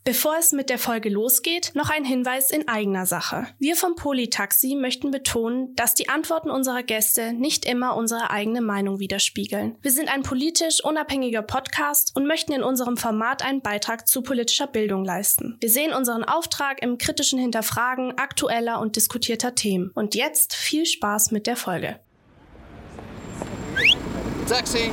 Bevor es mit der Folge losgeht, noch ein Hinweis in eigener Sache. Wir vom Polytaxi möchten betonen, dass die Antworten unserer Gäste nicht immer unsere eigene Meinung widerspiegeln. Wir sind ein politisch unabhängiger Podcast und möchten in unserem Format einen Beitrag zu politischer Bildung leisten. Wir sehen unseren Auftrag im kritischen Hinterfragen aktueller und diskutierter Themen. Und jetzt viel Spaß mit der Folge. Taxi!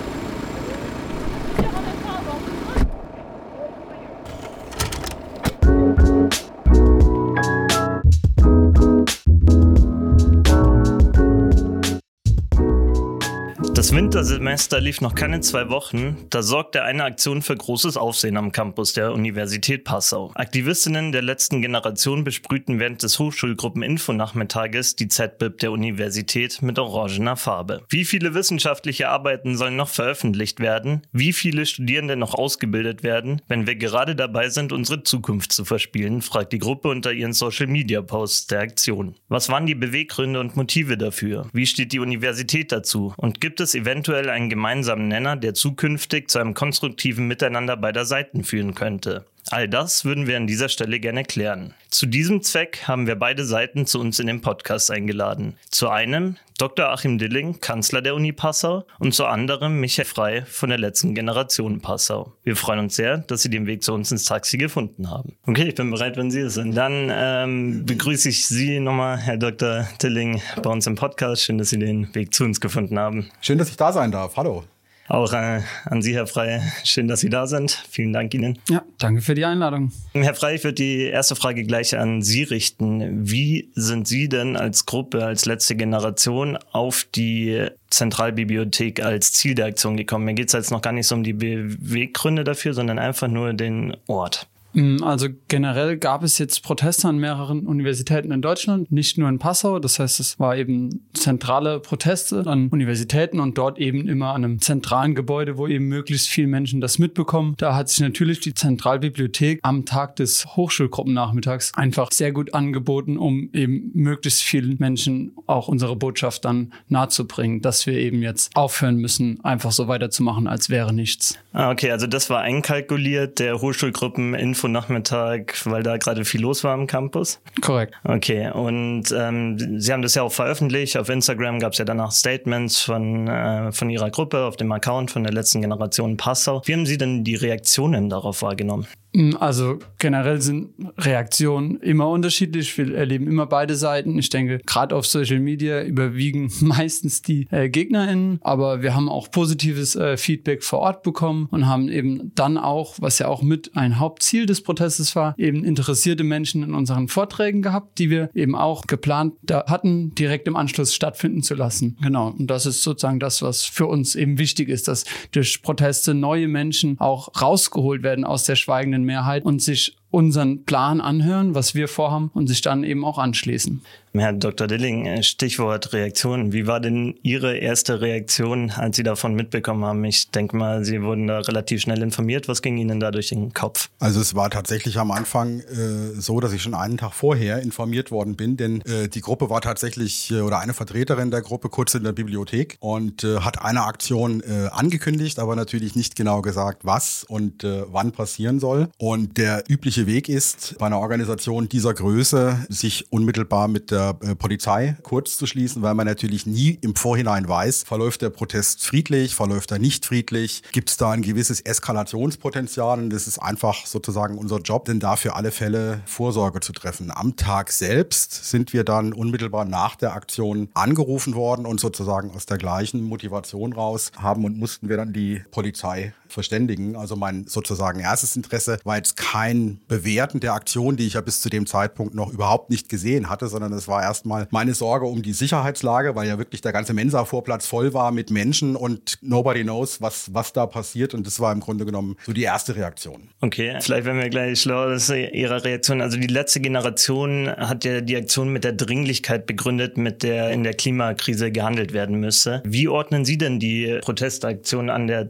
Das Wintersemester lief noch keine 2 Wochen, da sorgte eine Aktion für großes Aufsehen am Campus der Universität Passau. Aktivistinnen der letzten Generation besprühten während des Hochschulgruppen-Info-Nachmittages die ZBib der Universität mit orangener Farbe. Wie viele wissenschaftliche Arbeiten sollen noch veröffentlicht werden? Wie viele Studierende noch ausgebildet werden, wenn wir gerade dabei sind, unsere Zukunft zu verspielen, fragt die Gruppe unter ihren Social-Media-Posts der Aktion. Was waren die Beweggründe und Motive dafür? Wie steht die Universität dazu? Und gibt es eventuell einen gemeinsamen Nenner, der zukünftig zu einem konstruktiven Miteinander beider Seiten führen könnte? All das würden wir an dieser Stelle gerne klären. Zu diesem Zweck haben wir beide Seiten zu uns in den Podcast eingeladen. Zu einem Dr. Achim Dilling, Kanzler der Uni Passau, und zu anderem Michael Frey von der letzten Generation Passau. Wir freuen uns sehr, dass Sie den Weg zu uns ins Taxi gefunden haben. Okay, ich bin bereit, wenn Sie es sind. Dann begrüße ich Sie nochmal, Herr Dr. Dilling, bei uns im Podcast. Schön, dass Sie den Weg zu uns gefunden haben. Schön, dass ich da sein darf. Hallo. Auch an Sie, Herr Frey, schön, dass Sie da sind. Vielen Dank Ihnen. Ja, danke für die Einladung. Herr Frey, ich würde die erste Frage gleich an Sie richten. Wie sind Sie denn als Gruppe, als letzte Generation auf die Zentralbibliothek als Ziel der Aktion gekommen? Mir geht es jetzt noch gar nicht so um die Beweggründe dafür, sondern einfach nur den Ort. Also generell gab es jetzt Proteste an mehreren Universitäten in Deutschland, nicht nur in Passau. Das heißt, es war eben zentrale Proteste an Universitäten und dort eben immer an einem zentralen Gebäude, wo eben möglichst viele Menschen das mitbekommen. Da hat sich natürlich die Zentralbibliothek am Tag des Hochschulgruppennachmittags einfach sehr gut angeboten, um eben möglichst vielen Menschen auch unsere Botschaft dann nahezubringen, dass wir eben jetzt aufhören müssen, einfach so weiterzumachen, als wäre nichts. Okay, also das war einkalkuliert, der Hochschulgruppen-Info-Nachmittag, weil da gerade viel los war am Campus? Korrekt. Okay, und Sie haben das ja auch veröffentlicht. Auf Instagram gab es ja danach Statements von Ihrer Gruppe auf dem Account von der letzten Generation Passau. Wie haben Sie denn die Reaktionen darauf wahrgenommen? Also generell sind Reaktionen immer unterschiedlich. Wir erleben immer beide Seiten. Ich denke, gerade auf Social Media überwiegen meistens die GegnerInnen. Aber wir haben auch positives Feedback vor Ort bekommen und haben eben dann auch, was ja auch mit ein Hauptziel des Protestes war, eben interessierte Menschen in unseren Vorträgen gehabt, die wir eben auch geplant hatten, direkt im Anschluss stattfinden zu lassen. Genau. Und das ist sozusagen das, was für uns eben wichtig ist, dass durch Proteste neue Menschen auch rausgeholt werden aus der schweigenden Mehrheit und sich unseren Plan anhören, was wir vorhaben und sich dann eben auch anschließen. Herr Dr. Dilling, Stichwort Reaktion. Wie war denn Ihre erste Reaktion, als Sie davon mitbekommen haben? Ich denke mal, Sie wurden da relativ schnell informiert. Was ging Ihnen da durch den Kopf? Also es war tatsächlich am Anfang so, dass ich schon einen Tag vorher informiert worden bin, denn die Gruppe war tatsächlich, oder eine Vertreterin der Gruppe, kurz in der Bibliothek und hat eine Aktion angekündigt, aber natürlich nicht genau gesagt, was und wann passieren soll. Und der übliche Weg ist, bei einer Organisation dieser Größe sich unmittelbar mit der Polizei kurz zu schließen, weil man natürlich nie im Vorhinein weiß, verläuft der Protest friedlich, verläuft er nicht friedlich, gibt es da ein gewisses Eskalationspotenzial, und das ist einfach sozusagen unser Job, denn da für alle Fälle Vorsorge zu treffen. Am Tag selbst sind wir dann unmittelbar nach der Aktion angerufen worden und sozusagen aus der gleichen Motivation raus mussten wir dann die Polizei verständigen. Also mein sozusagen erstes Interesse war jetzt kein Bewerten der Aktion, die ich ja bis zu dem Zeitpunkt noch überhaupt nicht gesehen hatte, sondern es war erstmal meine Sorge um die Sicherheitslage, weil ja wirklich der ganze Mensa-Vorplatz voll war mit Menschen und nobody knows, was da passiert, und das war im Grunde genommen so die erste Reaktion. Okay, vielleicht werden wir gleich schlau aus Ihrer Reaktion. Also die letzte Generation hat ja die Aktion mit der Dringlichkeit begründet, mit der in der Klimakrise gehandelt werden müsse. Wie ordnen Sie denn die Protestaktion an der ZBib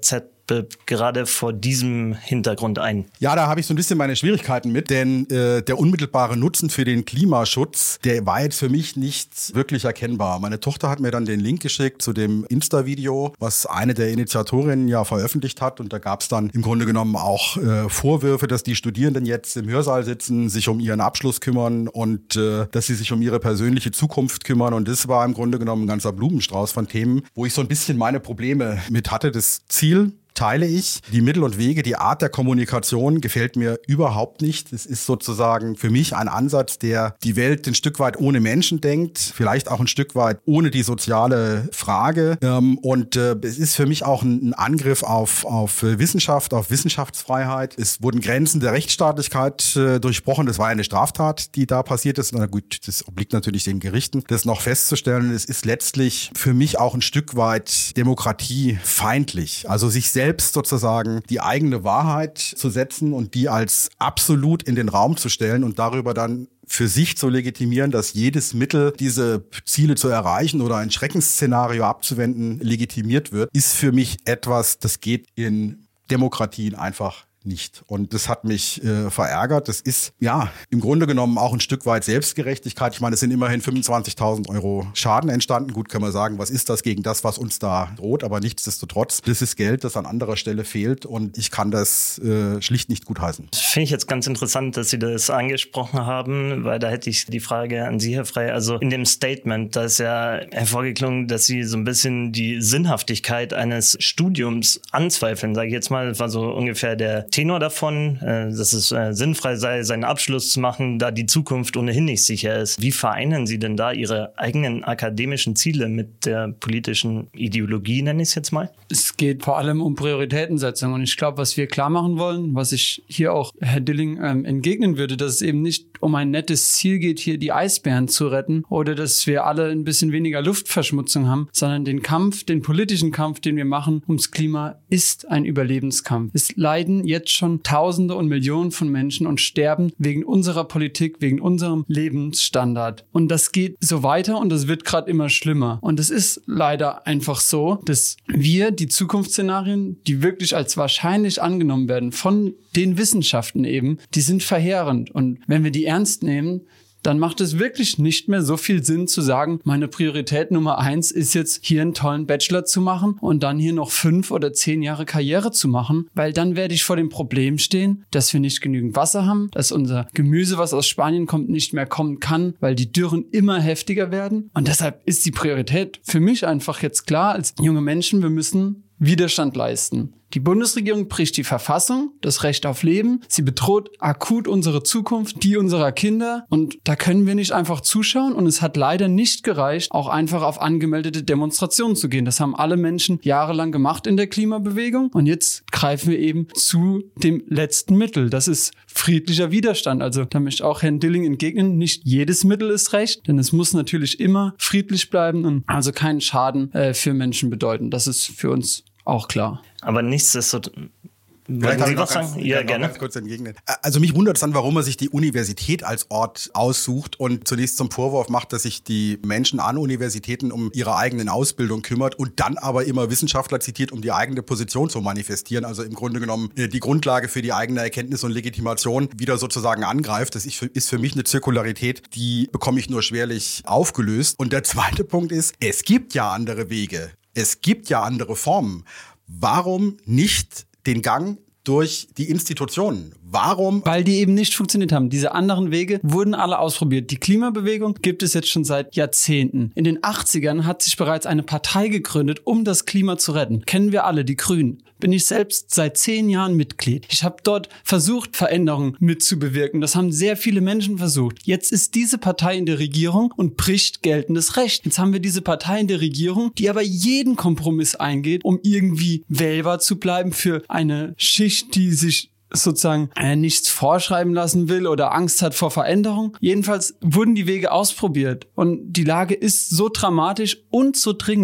gerade vor diesem Hintergrund ein? Ja, da habe ich so ein bisschen meine Schwierigkeiten mit, denn der unmittelbare Nutzen für den Klimaschutz, der war jetzt für mich nicht wirklich erkennbar. Meine Tochter hat mir dann den Link geschickt zu dem Insta-Video, was eine der Initiatorinnen ja veröffentlicht hat. Und da gab es dann im Grunde genommen auch Vorwürfe, dass die Studierenden jetzt im Hörsaal sitzen, sich um ihren Abschluss kümmern und dass sie sich um ihre persönliche Zukunft kümmern. Und das war im Grunde genommen ein ganzer Blumenstrauß von Themen, wo ich so ein bisschen meine Probleme mit hatte. Das Ziel teile ich. Die Mittel und Wege, die Art der Kommunikation gefällt mir überhaupt nicht. Es ist sozusagen für mich ein Ansatz, der die Welt ein Stück weit ohne Menschen denkt, vielleicht auch ein Stück weit ohne die soziale Frage. Und es ist für mich auch ein Angriff auf Wissenschaft, auf Wissenschaftsfreiheit. Es wurden Grenzen der Rechtsstaatlichkeit durchbrochen. Das war eine Straftat, die da passiert ist. Na gut, das obliegt natürlich den Gerichten, das noch festzustellen. Es ist letztlich für mich auch ein Stück weit demokratiefeindlich. Also sich selbst sozusagen die eigene Wahrheit zu setzen und die als absolut in den Raum zu stellen und darüber dann für sich zu legitimieren, dass jedes Mittel, diese Ziele zu erreichen oder ein Schreckensszenario abzuwenden, legitimiert wird, ist für mich etwas, das geht in Demokratien einfach nicht. Und das hat mich verärgert. Das ist ja im Grunde genommen auch ein Stück weit Selbstgerechtigkeit. Ich meine, es sind immerhin 25.000 Euro Schaden entstanden. Gut, kann man sagen, was ist das gegen das, was uns da droht? Aber nichtsdestotrotz, das ist Geld, das an anderer Stelle fehlt. Und ich kann das schlicht nicht gutheißen. Das finde ich jetzt ganz interessant, dass Sie das angesprochen haben, weil da hätte ich die Frage an Sie, Herr Frey. Also in dem Statement, da ist ja hervorgeklungen, dass Sie so ein bisschen die Sinnhaftigkeit eines Studiums anzweifeln, sage ich jetzt mal. Das war so ungefähr der Tenor davon, dass es sinnfrei sei, seinen Abschluss zu machen, da die Zukunft ohnehin nicht sicher ist. Wie vereinen Sie denn da Ihre eigenen akademischen Ziele mit der politischen Ideologie, nenne ich es jetzt mal? Es geht vor allem um Prioritätensetzung. Und ich glaube, was wir klar machen wollen, was ich hier auch Herr Dilling entgegnen würde, dass es eben nicht um ein nettes Ziel geht, hier die Eisbären zu retten oder dass wir alle ein bisschen weniger Luftverschmutzung haben, sondern den Kampf, den politischen Kampf, den wir machen ums Klima, ist ein Überlebenskampf. Es leiden jetzt schon Tausende und Millionen von Menschen und sterben wegen unserer Politik, wegen unserem Lebensstandard. Und das geht so weiter und das wird gerade immer schlimmer. Und es ist leider einfach so, dass wir die Zukunftsszenarien, die wirklich als wahrscheinlich angenommen werden von den Wissenschaften eben, die sind verheerend. Und wenn wir die ernst nehmen, dann macht es wirklich nicht mehr so viel Sinn zu sagen, meine Priorität Nummer 1 ist jetzt, hier einen tollen Bachelor zu machen und dann hier noch 5 oder 10 Jahre Karriere zu machen, weil dann werde ich vor dem Problem stehen, dass wir nicht genügend Wasser haben, dass unser Gemüse, was aus Spanien kommt, nicht mehr kommen kann, weil die Dürren immer heftiger werden. Und deshalb ist die Priorität für mich einfach jetzt klar, als junge Menschen, wir müssen Widerstand leisten. Die Bundesregierung bricht die Verfassung, das Recht auf Leben. Sie bedroht akut unsere Zukunft, die unserer Kinder. Und da können wir nicht einfach zuschauen. Und es hat leider nicht gereicht, auch einfach auf angemeldete Demonstrationen zu gehen. Das haben alle Menschen jahrelang gemacht in der Klimabewegung. Und jetzt greifen wir eben zu dem letzten Mittel. Das ist friedlicher Widerstand. Also da möchte ich auch Herrn Dilling entgegnen, nicht jedes Mittel ist recht, denn es muss natürlich immer friedlich bleiben und also keinen Schaden für Menschen bedeuten. Das ist für uns auch klar. Aber nichtsdestotrotz, Wollen Sie was sagen? Ja, gerne. Ganz kurz entgegnen. Also mich wundert es dann, warum man sich die Universität als Ort aussucht und zunächst zum Vorwurf macht, dass sich die Menschen an Universitäten um ihre eigenen Ausbildung kümmert und dann aber immer Wissenschaftler zitiert, um die eigene Position zu manifestieren. Also im Grunde genommen die Grundlage für die eigene Erkenntnis und Legitimation wieder sozusagen angreift. Das ist für mich eine Zirkularität, die bekomme ich nur schwerlich aufgelöst. Und der zweite Punkt ist, es gibt ja andere Wege. Es gibt ja andere Formen. Warum nicht den Gang durch die Institutionen? Warum? Weil die eben nicht funktioniert haben. Diese anderen Wege wurden alle ausprobiert. Die Klimabewegung gibt es jetzt schon seit Jahrzehnten. In den 80ern hat sich bereits eine Partei gegründet, um das Klima zu retten. Kennen wir alle, die Grünen. Bin ich selbst seit 10 Jahren Mitglied. Ich habe dort versucht, Veränderungen mitzubewirken. Das haben sehr viele Menschen versucht. Jetzt ist diese Partei in der Regierung und bricht geltendes Recht. Jetzt haben wir diese Partei in der Regierung, die aber jeden Kompromiss eingeht, um irgendwie wählbar zu bleiben für eine Schicht, die sich sozusagen nichts vorschreiben lassen will oder Angst hat vor Veränderung. Jedenfalls wurden die Wege ausprobiert und die Lage ist so dramatisch und so dringlich,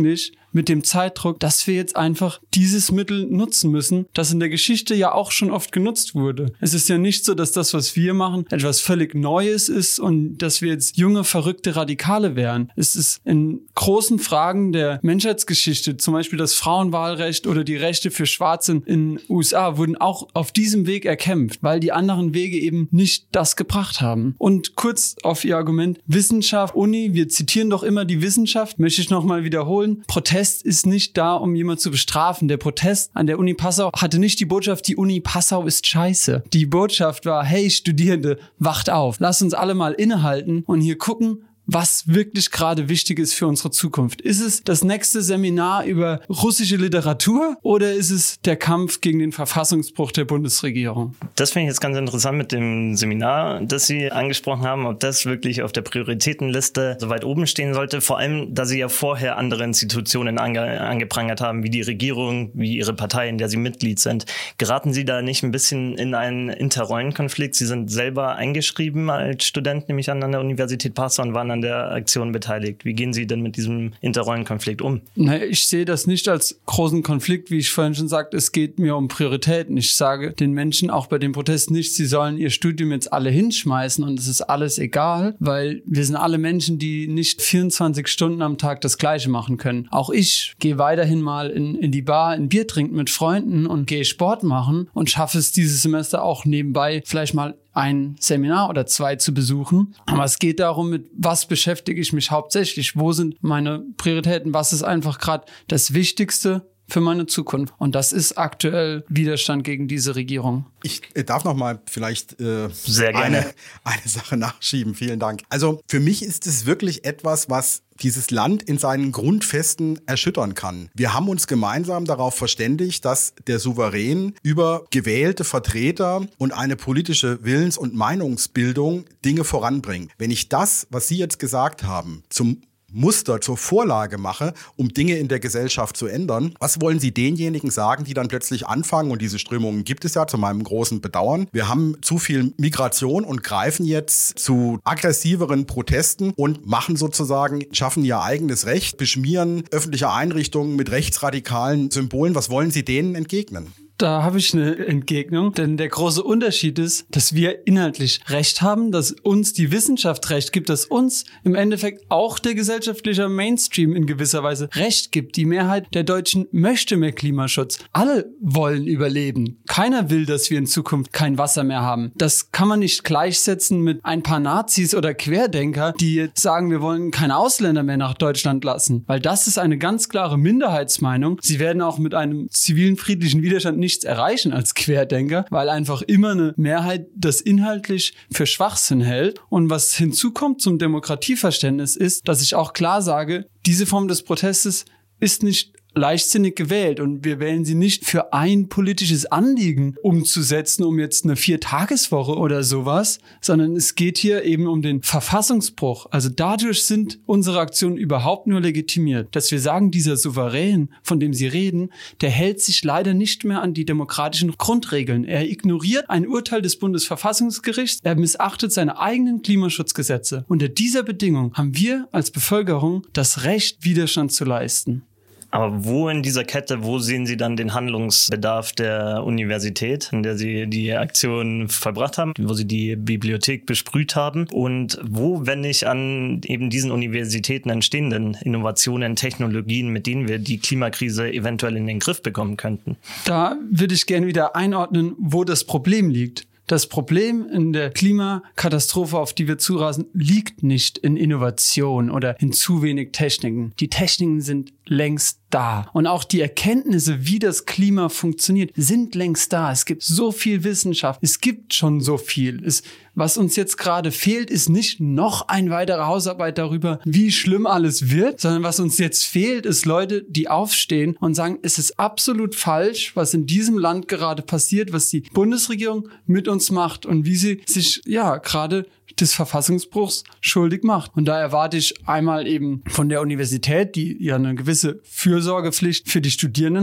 mit dem Zeitdruck, dass wir jetzt einfach dieses Mittel nutzen müssen, das in der Geschichte ja auch schon oft genutzt wurde. Es ist ja nicht so, dass das, was wir machen, etwas völlig Neues ist und dass wir jetzt junge, verrückte Radikale wären. Es ist in großen Fragen der Menschheitsgeschichte, zum Beispiel das Frauenwahlrecht oder die Rechte für Schwarze in den USA, wurden auch auf diesem Weg erkämpft, weil die anderen Wege eben nicht das gebracht haben. Und kurz auf Ihr Argument, Wissenschaft, Uni, wir zitieren doch immer die Wissenschaft, möchte ich nochmal wiederholen. Protest ist nicht da, um jemanden zu bestrafen. Der Protest an der Uni Passau hatte nicht die Botschaft, die Uni Passau ist scheiße. Die Botschaft war, hey Studierende, wacht auf. Lasst uns alle mal innehalten und hier gucken, was wirklich gerade wichtig ist für unsere Zukunft. Ist es das nächste Seminar über russische Literatur oder ist es der Kampf gegen den Verfassungsbruch der Bundesregierung? Das finde ich jetzt ganz interessant mit dem Seminar, das Sie angesprochen haben, ob das wirklich auf der Prioritätenliste so weit oben stehen sollte. Vor allem, da Sie ja vorher andere Institutionen angeprangert haben, wie die Regierung, wie Ihre Partei, in der Sie Mitglied sind. Geraten Sie da nicht ein bisschen in einen Interrollenkonflikt? Sie sind selber eingeschrieben als Student, nehme ich an der Universität Passau und waren an der Aktion beteiligt. Wie gehen Sie denn mit diesem Interrollenkonflikt um? Naja, ich sehe das nicht als großen Konflikt, wie ich vorhin schon sagte. Es geht mir um Prioritäten. Ich sage den Menschen auch bei dem Protest nicht, sie sollen ihr Studium jetzt alle hinschmeißen und es ist alles egal, weil wir sind alle Menschen, die nicht 24 Stunden am Tag das Gleiche machen können. Auch ich gehe weiterhin mal in die Bar, ein Bier trinken mit Freunden und gehe Sport machen und schaffe es dieses Semester auch nebenbei vielleicht mal ein Seminar oder 2 zu besuchen. Aber es geht darum, mit was beschäftige ich mich hauptsächlich? Wo sind meine Prioritäten? Was ist einfach gerade das Wichtigste für meine Zukunft? Und das ist aktuell Widerstand gegen diese Regierung. Ich darf noch mal vielleicht sehr gerne eine Sache nachschieben. Vielen Dank. Also für mich ist es wirklich etwas, was dieses Land in seinen Grundfesten erschüttern kann. Wir haben uns gemeinsam darauf verständigt, dass der Souverän über gewählte Vertreter und eine politische Willens- und Meinungsbildung Dinge voranbringt. Wenn ich das, was Sie jetzt gesagt haben, zum Muster, zur Vorlage mache, um Dinge in der Gesellschaft zu ändern. Was wollen Sie denjenigen sagen, die dann plötzlich anfangen, und diese Strömungen gibt es ja zu meinem großen Bedauern. Wir haben zu viel Migration und greifen jetzt zu aggressiveren Protesten und machen sozusagen, schaffen ihr eigenes Recht, beschmieren öffentliche Einrichtungen mit rechtsradikalen Symbolen. Was wollen Sie denen entgegnen? Da habe ich eine Entgegnung, denn der große Unterschied ist, dass wir inhaltlich Recht haben, dass uns die Wissenschaft Recht gibt, dass uns im Endeffekt auch der gesellschaftliche Mainstream in gewisser Weise Recht gibt. Die Mehrheit der Deutschen möchte mehr Klimaschutz. Alle wollen überleben. Keiner will, dass wir in Zukunft kein Wasser mehr haben. Das kann man nicht gleichsetzen mit ein paar Nazis oder Querdenker, die jetzt sagen, wir wollen keine Ausländer mehr nach Deutschland lassen. Weil das ist eine ganz klare Minderheitsmeinung. Sie werden auch mit einem zivilen, friedlichen Widerstand nichts erreichen als Querdenker, weil einfach immer eine Mehrheit das inhaltlich für Schwachsinn hält. Und was hinzukommt zum Demokratieverständnis ist, dass ich auch klar sage, diese Form des Protestes ist nicht leichtsinnig gewählt und wir wählen sie nicht für ein politisches Anliegen umzusetzen, um jetzt eine 4-Tageswoche oder sowas, sondern es geht hier eben um den Verfassungsbruch. Also dadurch sind unsere Aktionen überhaupt nur legitimiert. Dass wir sagen, dieser Souverän, von dem Sie reden, der hält sich leider nicht mehr an die demokratischen Grundregeln. Er ignoriert ein Urteil des Bundesverfassungsgerichts, er missachtet seine eigenen Klimaschutzgesetze. Unter dieser Bedingung haben wir als Bevölkerung das Recht, Widerstand zu leisten. Aber wo in dieser Kette, wo sehen Sie dann den Handlungsbedarf der Universität, in der Sie die Aktion vollbracht haben, wo Sie die Bibliothek besprüht haben? Und wo, wenn nicht an eben diesen Universitäten entstehenden Innovationen, Technologien, mit denen wir die Klimakrise eventuell in den Griff bekommen könnten? Da würde ich gerne wieder einordnen, wo das Problem liegt. Das Problem in der Klimakatastrophe, auf die wir zurasen, liegt nicht in Innovation oder in zu wenig Techniken. Die Techniken sind längst da. Und auch die Erkenntnisse, wie das Klima funktioniert, sind längst da. Es gibt so viel Wissenschaft. Es gibt schon so viel. Was uns jetzt gerade fehlt, ist nicht noch ein weiterer Hausarbeit darüber, wie schlimm alles wird, sondern was uns jetzt fehlt, ist Leute, die aufstehen und sagen, es ist absolut falsch, was in diesem Land gerade passiert, was die Bundesregierung mit uns macht und wie sie sich gerade des Verfassungsbruchs schuldig macht. Und da erwarte ich einmal eben von der Universität, die ja eine gewisse Fürsorgepflicht für die Studierenden hat,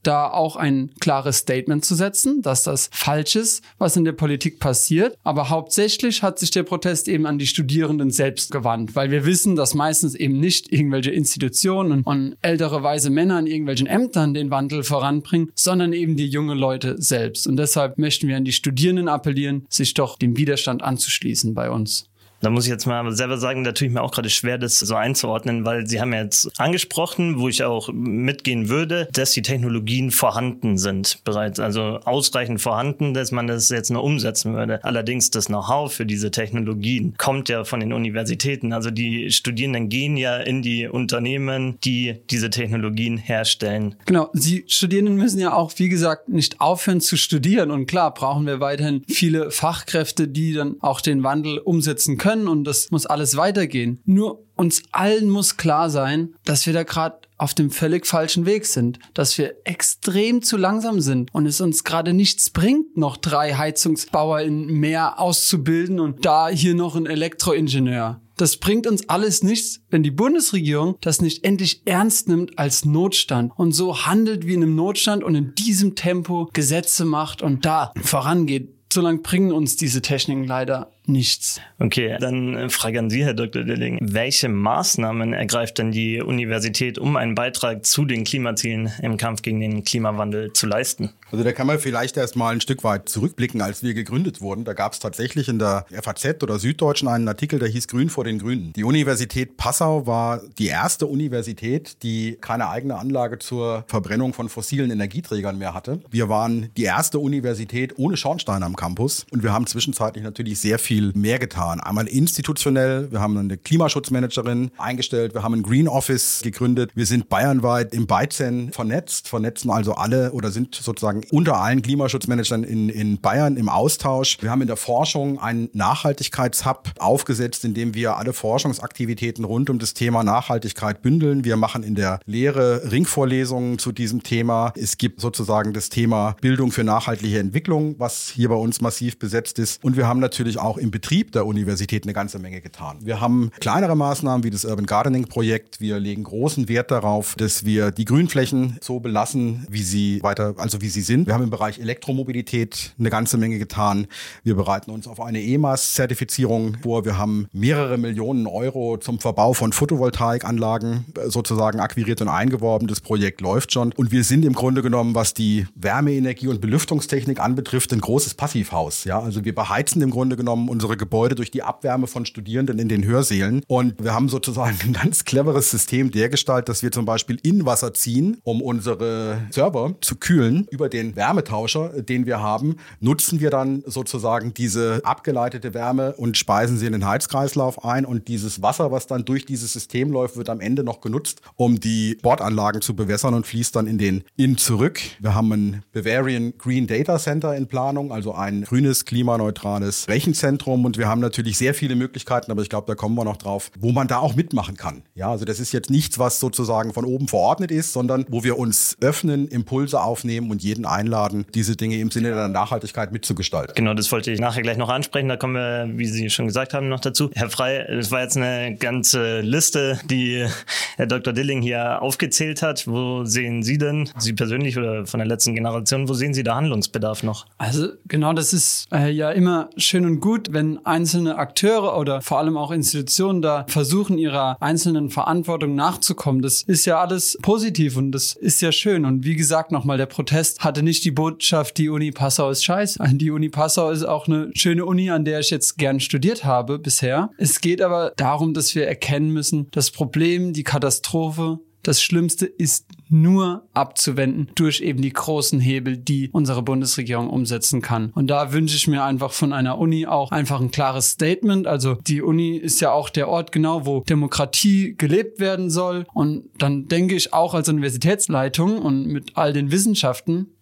da auch ein klares Statement zu setzen, dass das falsch ist, was in der Politik passiert. Aber hauptsächlich hat sich der Protest eben an die Studierenden selbst gewandt, weil wir wissen, dass meistens eben nicht irgendwelche Institutionen und ältere weise Männer in irgendwelchen Ämtern den Wandel voranbringen, sondern eben die jungen Leute selbst. Und deshalb möchten wir an die Studierenden appellieren, sich doch dem Widerstand anzuschließen bei uns. Da muss ich jetzt mal selber sagen, da tue ich mir auch gerade schwer, das so einzuordnen, weil Sie haben ja jetzt angesprochen, wo ich auch mitgehen würde, dass die Technologien vorhanden sind bereits, also ausreichend vorhanden, dass man das jetzt nur umsetzen würde. Allerdings das Know-how für diese Technologien kommt ja von den Universitäten, also die Studierenden gehen ja in die Unternehmen, die diese Technologien herstellen. Genau, die Studierenden müssen ja auch, wie gesagt, nicht aufhören zu studieren und klar brauchen wir weiterhin viele Fachkräfte, die dann auch den Wandel umsetzen können. Und das muss alles weitergehen. Nur uns allen muss klar sein, dass wir da gerade auf dem völlig falschen Weg sind, dass wir extrem zu langsam sind und es uns gerade nichts bringt, noch 3 Heizungsbauer in mehr auszubilden und da hier noch ein Elektroingenieur. Das bringt uns alles nichts, wenn die Bundesregierung das nicht endlich ernst nimmt als Notstand und so handelt wie in einem Notstand und in diesem Tempo Gesetze macht und da vorangeht. Solange bringen uns diese Techniken leider nichts. Okay, dann Frage an Sie, Herr Dr. Dilling. Welche Maßnahmen ergreift denn die Universität, um einen Beitrag zu den Klimazielen im Kampf gegen den Klimawandel zu leisten? Also da kann man vielleicht erst mal ein Stück weit zurückblicken, als wir gegründet wurden. Da gab es tatsächlich in der FAZ oder Süddeutschen einen Artikel, der hieß Grün vor den Grünen. Die Universität Passau war die erste Universität, die keine eigene Anlage zur Verbrennung von fossilen Energieträgern mehr hatte. Wir waren die erste Universität ohne Schornstein am Campus und wir haben zwischenzeitlich natürlich sehr viel mehr getan. Einmal institutionell, wir haben eine Klimaschutzmanagerin eingestellt, wir haben ein Green Office gegründet, wir sind bayernweit im BayCen vernetzen also alle oder sind sozusagen unter allen Klimaschutzmanagern in Bayern im Austausch. Wir haben in der Forschung einen Nachhaltigkeitshub aufgesetzt, in dem wir alle Forschungsaktivitäten rund um das Thema Nachhaltigkeit bündeln. Wir machen in der Lehre Ringvorlesungen zu diesem Thema. Es gibt sozusagen das Thema Bildung für nachhaltige Entwicklung, was hier bei uns massiv besetzt ist. Und wir haben natürlich auch im Betrieb der Universität eine ganze Menge getan. Wir haben kleinere Maßnahmen wie das Urban Gardening Projekt. Wir legen großen Wert darauf, dass wir die Grünflächen so belassen, wie sie sind. Wir haben im Bereich Elektromobilität eine ganze Menge getan. Wir bereiten uns auf eine EMAS-Zertifizierung vor. Wir haben mehrere Millionen Euro zum Verbau von Photovoltaikanlagen sozusagen akquiriert und eingeworben. Das Projekt läuft schon. Und wir sind im Grunde genommen, was die Wärmeenergie und Belüftungstechnik anbetrifft, ein großes Passivhaus. Ja, also wir beheizen im Grunde genommen unsere Gebäude durch die Abwärme von Studierenden in den Hörsälen. Und wir haben sozusagen ein ganz cleveres System dergestalt, dass wir zum Beispiel in Wasser ziehen, um unsere Server zu kühlen. Über den Wärmetauscher, den wir haben, nutzen wir dann sozusagen diese abgeleitete Wärme und speisen sie in den Heizkreislauf ein. Und dieses Wasser, was dann durch dieses System läuft, wird am Ende noch genutzt, um die Sportanlagen zu bewässern und fließt dann in den Inn zurück. Wir haben ein Bavarian Green Data Center in Planung, also ein grünes, klimaneutrales Rechenzentrum. Und wir haben natürlich sehr viele Möglichkeiten, aber ich glaube, da kommen wir noch drauf, wo man da auch mitmachen kann. Ja, also das ist jetzt nichts, was sozusagen von oben verordnet ist, sondern wo wir uns öffnen, Impulse aufnehmen und jeden einladen, diese Dinge im Sinne der Nachhaltigkeit mitzugestalten. Genau, das wollte ich nachher gleich noch ansprechen. Da kommen wir, wie Sie schon gesagt haben, noch dazu. Herr Frey, das war jetzt eine ganze Liste, die Herr Dr. Dilling hier aufgezählt hat. Wo sehen Sie denn, Sie persönlich oder von der letzten Generation, wo sehen Sie da Handlungsbedarf noch? Also genau, das ist ja immer schön und gut, wenn einzelne Akteure oder vor allem auch Institutionen da versuchen, ihrer einzelnen Verantwortung nachzukommen. Das ist ja alles positiv und das ist ja schön. Und wie gesagt, nochmal, der Protest hatte nicht die Botschaft, die Uni Passau ist scheiße. Die Uni Passau ist auch eine schöne Uni, an der ich jetzt gern studiert habe bisher. Es geht aber darum, dass wir erkennen müssen, das Problem, die Katastrophe, das Schlimmste ist nur abzuwenden durch eben die großen Hebel, die unsere Bundesregierung umsetzen kann. Und da wünsche ich mir einfach von einer Uni auch einfach ein klares Statement. Also die Uni ist ja auch der Ort genau, wo Demokratie gelebt werden soll. Und dann denke ich auch als Universitätsleitung und mit all den Wissenschaften,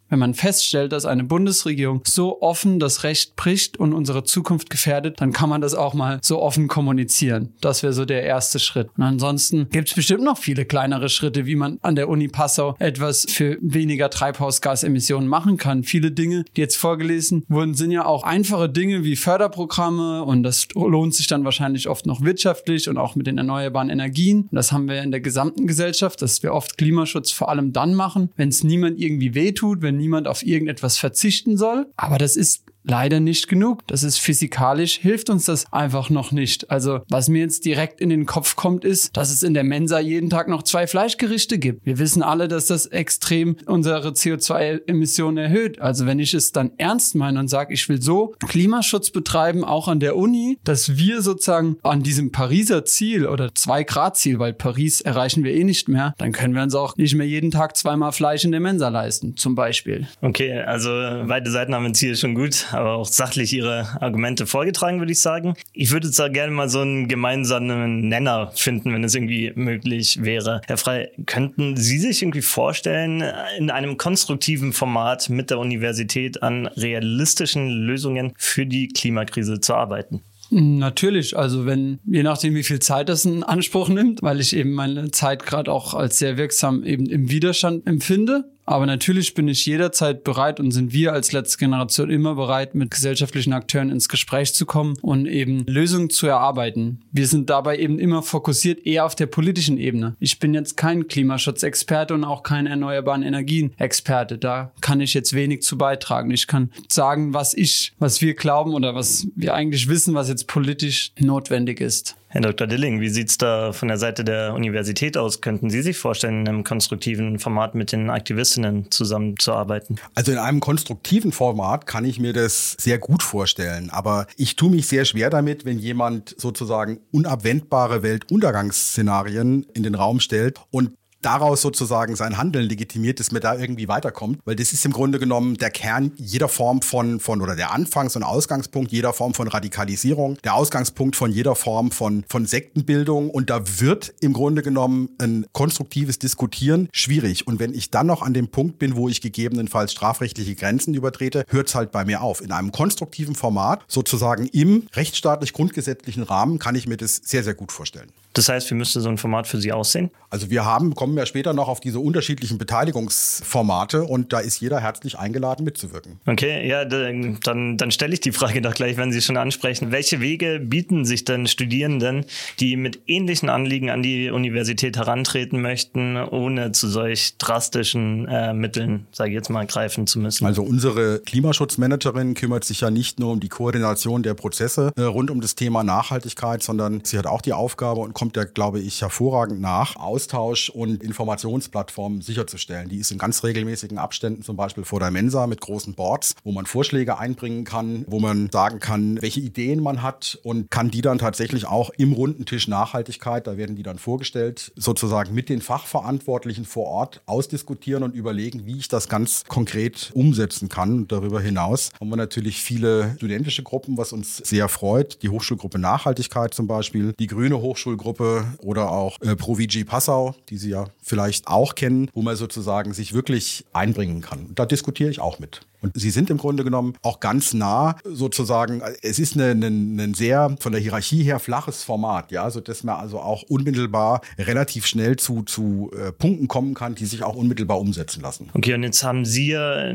Wenn man feststellt, dass eine Bundesregierung so offen das Recht bricht und unsere Zukunft gefährdet, dann kann man das auch mal so offen kommunizieren. Das wäre so der erste Schritt. Und ansonsten gibt es bestimmt noch viele kleinere Schritte, wie man an der Uni Passau etwas für weniger Treibhausgasemissionen machen kann. Viele Dinge, die jetzt vorgelesen wurden, sind ja auch einfache Dinge wie Förderprogramme und das lohnt sich dann wahrscheinlich oft noch wirtschaftlich und auch mit den erneuerbaren Energien. Und das haben wir in der gesamten Gesellschaft, dass wir oft Klimaschutz vor allem dann machen, wenn es niemand irgendwie wehtut, wenn niemand auf irgendetwas verzichten soll. Aber das ist leider nicht genug. Das ist physikalisch, hilft uns das einfach noch nicht. Also was mir jetzt direkt in den Kopf kommt, ist, dass es in der Mensa jeden Tag noch 2 Fleischgerichte gibt. Wir wissen alle, dass das extrem unsere CO2-Emissionen erhöht. Also wenn ich es dann ernst meine und sage, ich will so Klimaschutz betreiben, auch an der Uni, dass wir sozusagen an diesem Pariser Ziel oder 2-Grad-Ziel, weil Paris erreichen wir eh nicht mehr, dann können wir uns auch nicht mehr jeden Tag 2-mal Fleisch in der Mensa leisten, zum Beispiel. Okay, also beide Seiten haben ein Ziel schon gut, aber auch sachlich ihre Argumente vorgetragen, würde ich sagen. Ich würde jetzt da gerne mal so einen gemeinsamen Nenner finden, wenn es irgendwie möglich wäre. Herr Frey, könnten Sie sich irgendwie vorstellen, in einem konstruktiven Format mit der Universität an realistischen Lösungen für die Klimakrise zu arbeiten? Natürlich, also je nachdem, wie viel Zeit das in Anspruch nimmt, weil ich eben meine Zeit gerade auch als sehr wirksam eben im Widerstand empfinde. Aber natürlich bin ich jederzeit bereit und sind wir als letzte Generation immer bereit, mit gesellschaftlichen Akteuren ins Gespräch zu kommen und eben Lösungen zu erarbeiten. Wir sind dabei eben immer fokussiert eher auf der politischen Ebene. Ich bin jetzt kein Klimaschutzexperte und auch kein erneuerbaren Energien-Experte. Da kann ich jetzt wenig zu beitragen. Ich kann sagen, was wir glauben oder was wir eigentlich wissen, was jetzt politisch notwendig ist. Herr Dr. Dilling, wie sieht es da von der Seite der Universität aus? Könnten Sie sich vorstellen, in einem konstruktiven Format mit den Aktivistinnen zusammenzuarbeiten? Also in einem konstruktiven Format kann ich mir das sehr gut vorstellen. Aber ich tue mich sehr schwer damit, wenn jemand sozusagen unabwendbare Weltuntergangsszenarien in den Raum stellt und daraus sozusagen sein Handeln legitimiert, dass man da irgendwie weiterkommt. Weil das ist im Grunde genommen der Kern jeder Form von oder der Anfangs- und Ausgangspunkt jeder Form von Radikalisierung, der Ausgangspunkt von jeder Form von Sektenbildung. Und da wird im Grunde genommen ein konstruktives Diskutieren schwierig. Und wenn ich dann noch an dem Punkt bin, wo ich gegebenenfalls strafrechtliche Grenzen übertrete, hört es halt bei mir auf. In einem konstruktiven Format, sozusagen im rechtsstaatlich-grundgesetzlichen Rahmen, kann ich mir das sehr, sehr gut vorstellen. Das heißt, wie müsste so ein Format für Sie aussehen? Also wir kommen ja später noch auf diese unterschiedlichen Beteiligungsformate und da ist jeder herzlich eingeladen mitzuwirken. Okay, ja, dann stelle ich die Frage doch gleich, wenn Sie schon ansprechen. Welche Wege bieten sich denn Studierenden, die mit ähnlichen Anliegen an die Universität herantreten möchten, ohne zu solch drastischen Mitteln, sage ich jetzt mal, greifen zu müssen? Also unsere Klimaschutzmanagerin kümmert sich ja nicht nur um die Koordination der Prozesse rund um das Thema Nachhaltigkeit, sondern sie hat auch die Aufgabe und kommt ja, glaube ich, hervorragend nach, Austausch und Informationsplattformen sicherzustellen. Die ist in ganz regelmäßigen Abständen zum Beispiel vor der Mensa mit großen Boards, wo man Vorschläge einbringen kann, wo man sagen kann, welche Ideen man hat und kann die dann tatsächlich auch im runden Tisch Nachhaltigkeit, da werden die dann vorgestellt, sozusagen mit den Fachverantwortlichen vor Ort ausdiskutieren und überlegen, wie ich das ganz konkret umsetzen kann. Und darüber hinaus haben wir natürlich viele studentische Gruppen, was uns sehr freut. Die Hochschulgruppe Nachhaltigkeit zum Beispiel, die Grüne Hochschulgruppe oder auch ProVG Passau, die Sie ja vielleicht auch kennen, wo man sozusagen sich wirklich einbringen kann. Da diskutiere ich auch mit. Und sie sind im Grunde genommen auch ganz nah sozusagen, es ist ein sehr von der Hierarchie her flaches Format, ja, sodass man also auch unmittelbar relativ schnell zu Punkten kommen kann, die sich auch unmittelbar umsetzen lassen. Okay, und jetzt haben Sie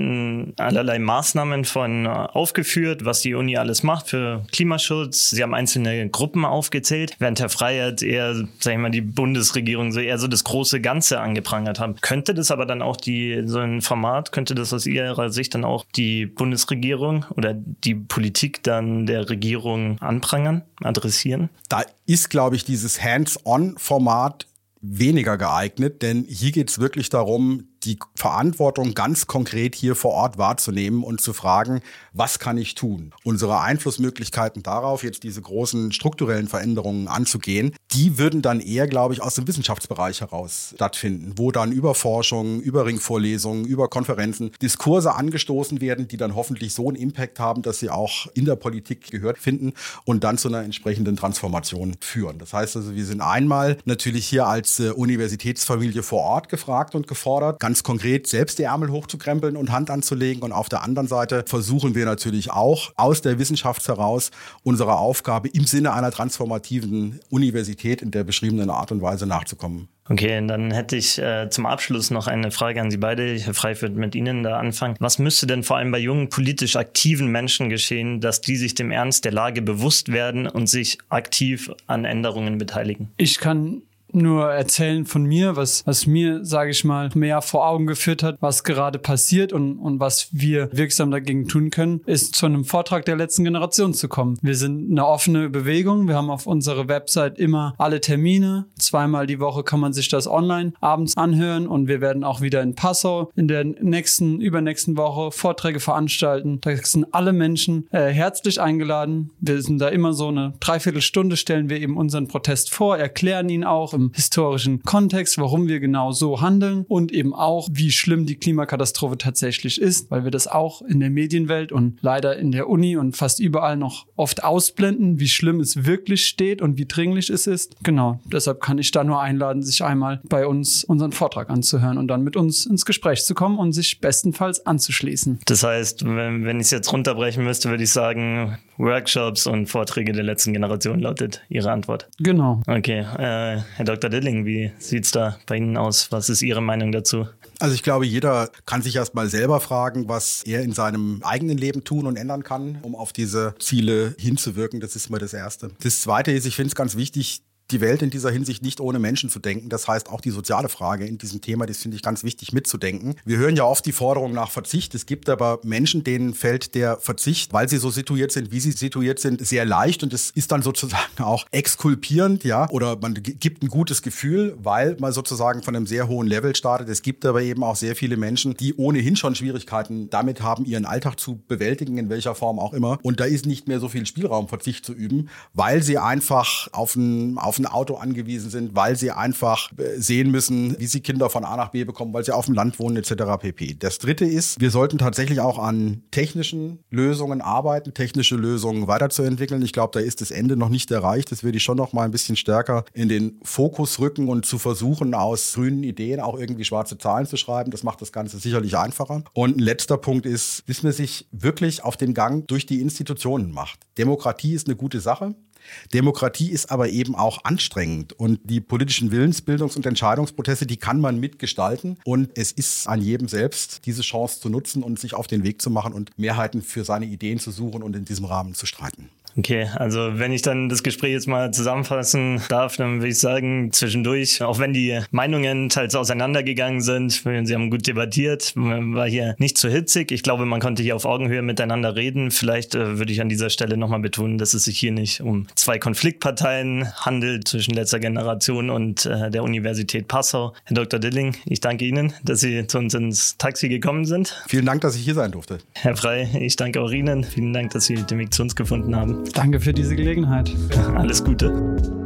allerlei Maßnahmen aufgeführt, was die Uni alles macht für Klimaschutz. Sie haben einzelne Gruppen aufgezählt, während Herr Frey eher, sag ich mal, die Bundesregierung eher so das große Ganze angeprangert haben. Könnte das aber dann auch so ein Format, könnte das aus Ihrer Sicht dann auch die Bundesregierung oder die Politik dann der Regierung anprangern, adressieren? Da ist, glaube ich, dieses Hands-on-Format weniger geeignet, denn hier geht es wirklich darum, die Verantwortung ganz konkret hier vor Ort wahrzunehmen und zu fragen, was kann ich tun? Unsere Einflussmöglichkeiten darauf, jetzt diese großen strukturellen Veränderungen anzugehen, die würden dann eher, glaube ich, aus dem Wissenschaftsbereich heraus stattfinden, wo dann über Forschung, über Ringvorlesungen, über Konferenzen Diskurse angestoßen werden, die dann hoffentlich so einen Impact haben, dass sie auch in der Politik gehört finden und dann zu einer entsprechenden Transformation führen. Das heißt also, wir sind einmal natürlich hier als Universitätsfamilie vor Ort gefragt und gefordert, ganz konkret selbst die Ärmel hochzukrempeln und Hand anzulegen. Und auf der anderen Seite versuchen wir natürlich auch aus der Wissenschaft heraus unserer Aufgabe im Sinne einer transformativen Universität in der beschriebenen Art und Weise nachzukommen. Okay, dann hätte ich zum Abschluss noch eine Frage an Sie beide. Herr Frey wird mit Ihnen da anfangen. Was müsste denn vor allem bei jungen, politisch aktiven Menschen geschehen, dass die sich dem Ernst der Lage bewusst werden und sich aktiv an Änderungen beteiligen? Ich kann nur erzählen von mir, was mir, sage ich mal, mehr vor Augen geführt hat, was gerade passiert und was wir wirksam dagegen tun können, ist zu einem Vortrag der letzten Generation zu kommen. Wir sind eine offene Bewegung. Wir haben auf unserer Website immer alle Termine. 2-mal die Woche kann man sich das online abends anhören und wir werden auch wieder in Passau in der übernächsten Woche Vorträge veranstalten. Da sind alle Menschen herzlich eingeladen. Wir sind da immer so eine Dreiviertelstunde, stellen wir eben unseren Protest vor, erklären ihn auch im historischen Kontext, warum wir genau so handeln und eben auch, wie schlimm die Klimakatastrophe tatsächlich ist, weil wir das auch in der Medienwelt und leider in der Uni und fast überall noch oft ausblenden, wie schlimm es wirklich steht und wie dringlich es ist. Genau, deshalb kann ich da nur einladen, sich einmal bei uns unseren Vortrag anzuhören und dann mit uns ins Gespräch zu kommen und sich bestenfalls anzuschließen. Das heißt, wenn ich es jetzt runterbrechen müsste, würde ich sagen, Workshops und Vorträge der letzten Generation lautet Ihre Antwort. Genau. Okay, Herr Dr. Dilling, wie sieht es da bei Ihnen aus? Was ist Ihre Meinung dazu? Also ich glaube, jeder kann sich erst mal selber fragen, was er in seinem eigenen Leben tun und ändern kann, um auf diese Ziele hinzuwirken. Das ist mal das Erste. Das Zweite ist, ich finde es ganz wichtig, die Welt in dieser Hinsicht nicht ohne Menschen zu denken. Das heißt, auch die soziale Frage in diesem Thema, das finde ich ganz wichtig mitzudenken. Wir hören ja oft die Forderung nach Verzicht. Es gibt aber Menschen, denen fällt der Verzicht, weil sie so situiert sind, wie sie situiert sind, sehr leicht. Und es ist dann sozusagen auch exkulpierend, ja, oder man gibt ein gutes Gefühl, weil man sozusagen von einem sehr hohen Level startet. Es gibt aber eben auch sehr viele Menschen, die ohnehin schon Schwierigkeiten damit haben, ihren Alltag zu bewältigen, in welcher Form auch immer. Und da ist nicht mehr so viel Spielraum, Verzicht zu üben, weil sie einfach auf ein Auto angewiesen sind, weil sie einfach sehen müssen, wie sie Kinder von A nach B bekommen, weil sie auf dem Land wohnen etc. pp. Das Dritte ist, wir sollten tatsächlich auch an technischen Lösungen arbeiten, technische Lösungen weiterzuentwickeln. Ich glaube, da ist das Ende noch nicht erreicht. Das würde ich schon noch mal ein bisschen stärker in den Fokus rücken und zu versuchen, aus grünen Ideen auch irgendwie schwarze Zahlen zu schreiben. Das macht das Ganze sicherlich einfacher. Und ein letzter Punkt ist, dass man sich wirklich auf den Gang durch die Institutionen macht. Demokratie ist eine gute Sache. Demokratie ist aber eben auch anstrengend und die politischen Willensbildungs- und Entscheidungsprozesse, die kann man mitgestalten und es ist an jedem selbst, diese Chance zu nutzen und sich auf den Weg zu machen und Mehrheiten für seine Ideen zu suchen und in diesem Rahmen zu streiten. Okay, also wenn ich dann das Gespräch jetzt mal zusammenfassen darf, dann würde ich sagen, zwischendurch, auch wenn die Meinungen teils auseinandergegangen sind, Sie haben gut debattiert, war hier nicht zu hitzig. Ich glaube, man konnte hier auf Augenhöhe miteinander reden. Vielleicht würde ich an dieser Stelle nochmal betonen, dass es sich hier nicht um 2 Konfliktparteien handelt zwischen letzter Generation und der Universität Passau. Herr Dr. Dilling, ich danke Ihnen, dass Sie zu uns ins Taxi gekommen sind. Vielen Dank, dass ich hier sein durfte. Herr Frey, ich danke auch Ihnen. Vielen Dank, dass Sie den Weg zu uns gefunden haben. Danke für diese Gelegenheit. Alles Gute.